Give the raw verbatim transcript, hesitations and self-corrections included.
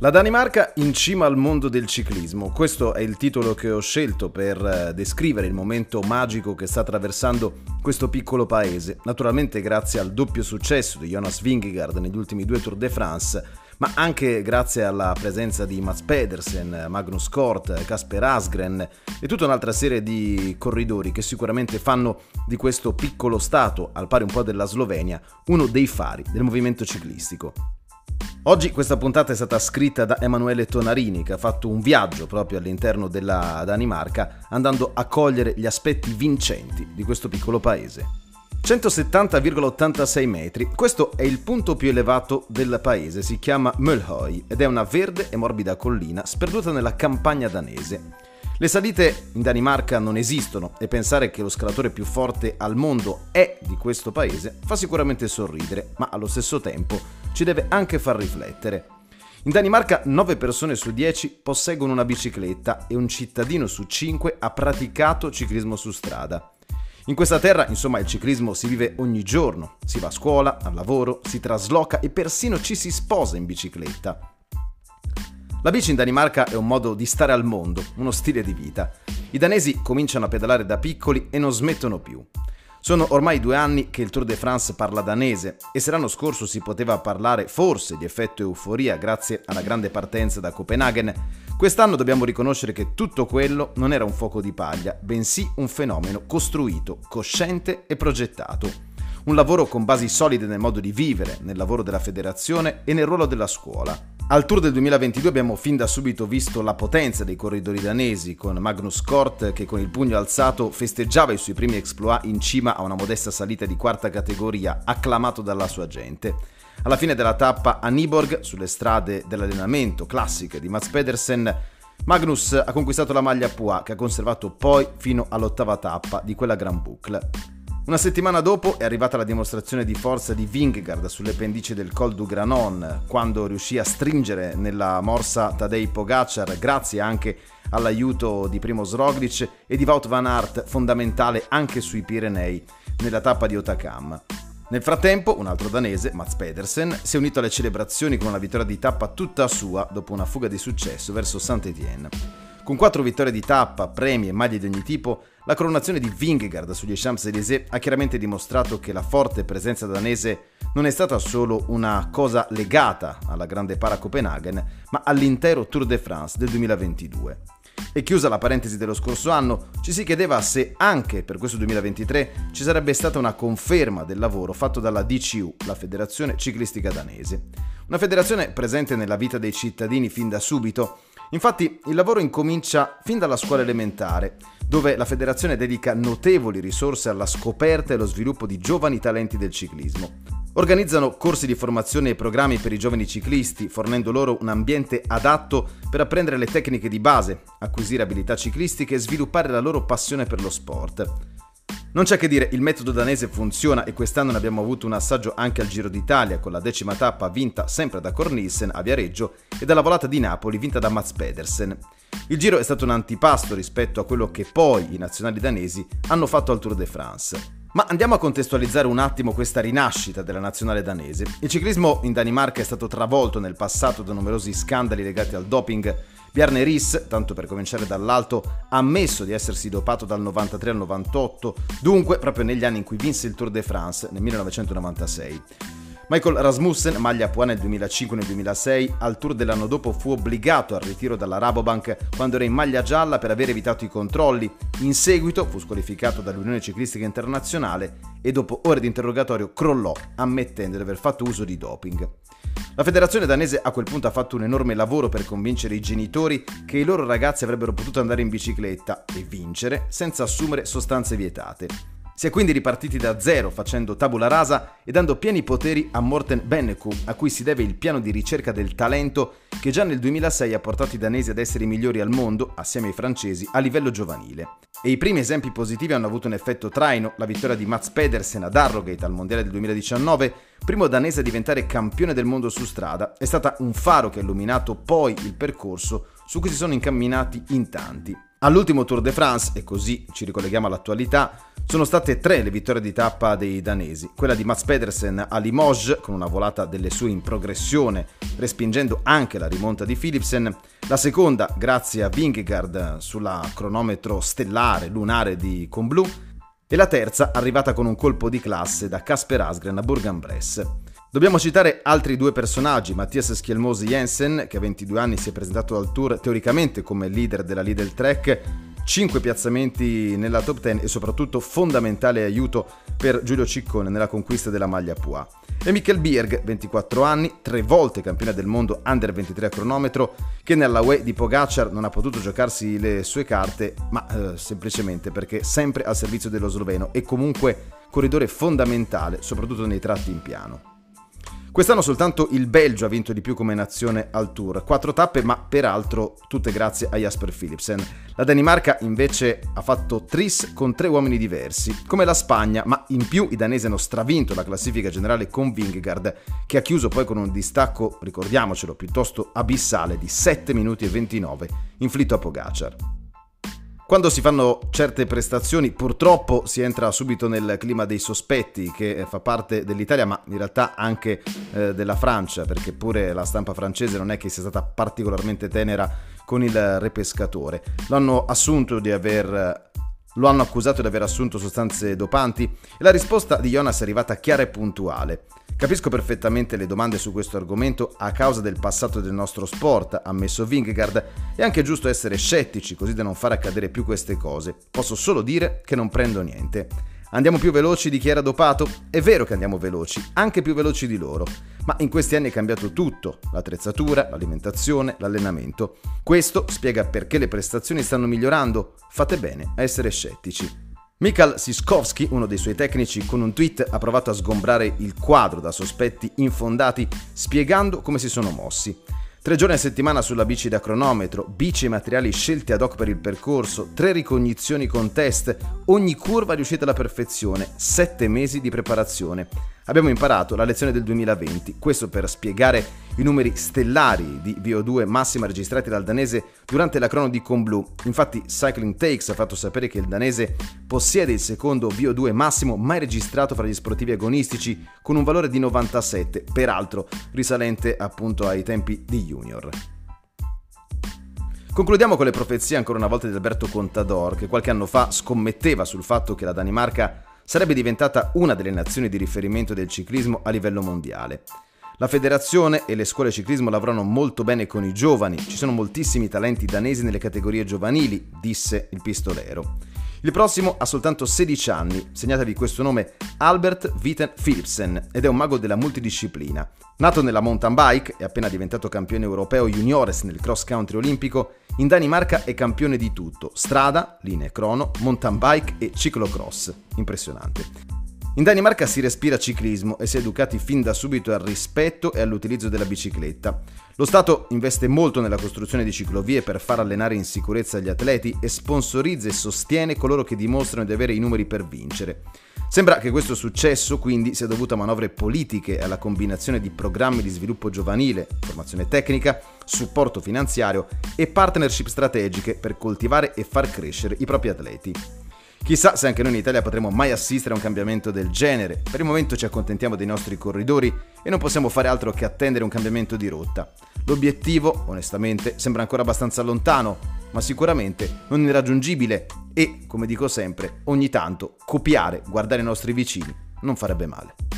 La Danimarca in cima al mondo del ciclismo, questo è il titolo che ho scelto per descrivere il momento magico che sta attraversando questo piccolo paese, naturalmente grazie al doppio successo di Jonas Vingegaard negli ultimi due Tour de France, ma anche grazie alla presenza di Mads Pedersen, Magnus Kort, Kasper Asgren e tutta un'altra serie di corridori che sicuramente fanno di questo piccolo stato, al pari un po' della Slovenia, uno dei fari del movimento ciclistico. Oggi questa puntata è stata scritta da Emanuele Tonarini, che ha fatto un viaggio proprio all'interno della Danimarca, andando a cogliere gli aspetti vincenti di questo piccolo paese. centosettanta virgola ottantasei metri, questo è il punto più elevato del paese, si chiama Mølhøy ed è una verde e morbida collina sperduta nella campagna danese. Le salite in Danimarca non esistono e pensare che lo scalatore più forte al mondo è di questo paese fa sicuramente sorridere, ma allo stesso tempo ci deve anche far riflettere. In Danimarca nove persone su dieci posseggono una bicicletta e un cittadino su cinque ha praticato ciclismo su strada. In questa terra, insomma, il ciclismo si vive ogni giorno, si va a scuola, al lavoro, si trasloca e persino ci si sposa in bicicletta. La bici in Danimarca è un modo di stare al mondo, uno stile di vita. I danesi cominciano a pedalare da piccoli e non smettono più. Sono ormai due anni che il Tour de France parla danese e se l'anno scorso si poteva parlare forse di effetto euforia grazie alla grande partenza da Copenaghen, quest'anno dobbiamo riconoscere che tutto quello non era un fuoco di paglia, bensì un fenomeno costruito, cosciente e progettato. Un lavoro con basi solide nel modo di vivere, nel lavoro della federazione e nel ruolo della scuola. Al Tour del duemilaventidue abbiamo fin da subito visto la potenza dei corridori danesi, con Magnus Kort che con il pugno alzato festeggiava i suoi primi exploit in cima a una modesta salita di quarta categoria, acclamato dalla sua gente. Alla fine della tappa a Nyborg, sulle strade dell'allenamento classiche di Mads Pedersen, Magnus ha conquistato la maglia Poix che ha conservato poi fino all'ottava tappa di quella Gran Boucle. Una settimana dopo è arrivata la dimostrazione di forza di Vingegaard sulle pendici del Col du Granon, quando riuscì a stringere nella morsa Tadej Pogacar grazie anche all'aiuto di Primož Roglič e di Wout van Aert, fondamentale anche sui Pirenei nella tappa di Otakam. Nel frattempo, un altro danese, Mads Pedersen, si è unito alle celebrazioni con una vittoria di tappa tutta sua dopo una fuga di successo verso Saint-Étienne. Con quattro vittorie di tappa, premi e maglie di ogni tipo, la coronazione di Vingegaard sugli Champs-Élysées ha chiaramente dimostrato che la forte presenza danese non è stata solo una cosa legata alla grande para Copenaghen, ma all'intero Tour de France del duemilaventidue. E chiusa la parentesi dello scorso anno, ci si chiedeva se anche per questo duemilaventitré ci sarebbe stata una conferma del lavoro fatto dalla D C U, la Federazione Ciclistica Danese. Una federazione presente nella vita dei cittadini fin da subito. Infatti il lavoro incomincia fin dalla scuola elementare, dove la federazione dedica notevoli risorse alla scoperta e allo sviluppo di giovani talenti del ciclismo. Organizzano corsi di formazione e programmi per i giovani ciclisti, fornendo loro un ambiente adatto per apprendere le tecniche di base, acquisire abilità ciclistiche e sviluppare la loro passione per lo sport. Non c'è che dire, il metodo danese funziona e quest'anno ne abbiamo avuto un assaggio anche al Giro d'Italia, con la decima tappa vinta sempre da Cornissen a Viareggio e dalla volata di Napoli vinta da Mads Pedersen. Il Giro è stato un antipasto rispetto a quello che poi i nazionali danesi hanno fatto al Tour de France. Ma andiamo a contestualizzare un attimo questa rinascita della nazionale danese. Il ciclismo in Danimarca è stato travolto nel passato da numerosi scandali legati al doping. Bjarne Riis, tanto per cominciare dall'alto, ha ammesso di essersi dopato dal novantatré al novantotto, dunque proprio negli anni in cui vinse il Tour de France nel millenovecentonovantasei. Michael Rasmussen, maglia Poix nel duemilacinque e nel duemilasei, al Tour dell'anno dopo fu obbligato al ritiro dalla Rabobank quando era in maglia gialla per aver evitato i controlli. In seguito fu squalificato dall'Unione Ciclistica Internazionale e dopo ore di interrogatorio crollò, ammettendo di aver fatto uso di doping. La federazione danese a quel punto ha fatto un enorme lavoro per convincere i genitori che i loro ragazzi avrebbero potuto andare in bicicletta e vincere senza assumere sostanze vietate. Si è quindi ripartiti da zero facendo tabula rasa e dando pieni poteri a Morten Benneku, a cui si deve il piano di ricerca del talento che già nel duemilasei ha portato i danesi ad essere i migliori al mondo, assieme ai francesi, a livello giovanile. E i primi esempi positivi hanno avuto un effetto traino: la vittoria di Mads Pedersen ad Harrogate al Mondiale del duemiladiciannove, primo danese a diventare campione del mondo su strada, è stata un faro che ha illuminato poi il percorso su cui si sono incamminati in tanti. All'ultimo Tour de France, e così ci ricolleghiamo all'attualità, sono state tre le vittorie di tappa dei danesi. Quella di Mads Pedersen a Limoges, con una volata delle sue in progressione, respingendo anche la rimonta di Philipsen. La seconda, grazie a Vingegaard sulla cronometro stellare lunare di Combloux. E la terza, arrivata con un colpo di classe da Kasper Asgreen a Bourg-en-Bresse. Dobbiamo citare altri due personaggi, Mathias Skjelmose Jensen, che a ventidue anni si è presentato al Tour teoricamente come leader della Lidl Trek, cinque piazzamenti nella top dieci e soprattutto fondamentale aiuto per Giulio Ciccone nella conquista della maglia Pua. E Mikkel Bjerg, ventiquattro anni, tre volte campione del mondo under ventitré a cronometro, che nella U E di Pogacar non ha potuto giocarsi le sue carte, ma eh, semplicemente perché sempre al servizio dello sloveno e comunque corridore fondamentale, soprattutto nei tratti in piano. Quest'anno soltanto il Belgio ha vinto di più come nazione al Tour, quattro tappe, ma peraltro tutte grazie a Jasper Philipsen. La Danimarca invece ha fatto tris con tre uomini diversi, come la Spagna, ma in più i danesi hanno stravinto la classifica generale con Vingegaard, che ha chiuso poi con un distacco, ricordiamocelo, piuttosto abissale di sette minuti e ventinove, inflitto a Pogacar. Quando si fanno certe prestazioni purtroppo si entra subito nel clima dei sospetti, che fa parte dell'Italia ma in realtà anche eh, della Francia, perché pure la stampa francese non è che sia stata particolarmente tenera con il repescatore. L'hanno assunto di aver... Lo hanno accusato di aver assunto sostanze dopanti e la risposta di Jonas è arrivata chiara e puntuale. Capisco perfettamente le domande su questo argomento a causa del passato del nostro sport, ha ammesso Vingegaard, è anche giusto essere scettici così da non far accadere più queste cose. Posso solo dire che non prendo niente. Andiamo più veloci di chi era dopato? È vero che andiamo veloci, anche più veloci di loro, ma in questi anni è cambiato tutto, l'attrezzatura, l'alimentazione, l'allenamento. Questo spiega perché le prestazioni stanno migliorando. Fate bene a essere scettici. Michal Siskowski, uno dei suoi tecnici, con un tweet ha provato a sgombrare il quadro da sospetti infondati, spiegando come si sono mossi. Tre giorni a settimana sulla bici da cronometro, bici e materiali scelti ad hoc per il percorso, tre ricognizioni con test, ogni curva riuscita alla perfezione, sette mesi di preparazione. Abbiamo imparato la lezione del duemilaventi, questo per spiegare i numeri stellari di V O due massima registrati dal danese durante la crono di Combloux. Infatti Cycling Takes ha fatto sapere che il danese possiede il secondo V O due massimo mai registrato fra gli sportivi agonistici, con un valore di novantasette, peraltro risalente appunto ai tempi di Junior. Concludiamo con le profezie ancora una volta di Alberto Contador, che qualche anno fa scommetteva sul fatto che la Danimarca sarebbe diventata una delle nazioni di riferimento del ciclismo a livello mondiale. La federazione e le scuole ciclismo lavorano molto bene con i giovani, ci sono moltissimi talenti danesi nelle categorie giovanili, disse il pistolero. Il prossimo ha soltanto sedici anni, segnatevi questo nome, Albert Witten Philipsen, ed è un mago della multidisciplina. Nato nella mountain bike e appena diventato campione europeo juniores nel cross country olimpico, in Danimarca è campione di tutto, strada, linee crono, mountain bike e ciclocross. Impressionante. In Danimarca si respira ciclismo e si è educati fin da subito al rispetto e all'utilizzo della bicicletta. Lo Stato investe molto nella costruzione di ciclovie per far allenare in sicurezza gli atleti e sponsorizza e sostiene coloro che dimostrano di avere i numeri per vincere. Sembra che questo successo quindi sia dovuto a manovre politiche e alla combinazione di programmi di sviluppo giovanile, formazione tecnica, supporto finanziario e partnership strategiche per coltivare e far crescere i propri atleti. Chissà se anche noi in Italia potremo mai assistere a un cambiamento del genere. Per il momento ci accontentiamo dei nostri corridori e non possiamo fare altro che attendere un cambiamento di rotta. L'obiettivo, onestamente, sembra ancora abbastanza lontano, ma sicuramente non irraggiungibile e, come dico sempre, ogni tanto copiare, guardare i nostri vicini non farebbe male.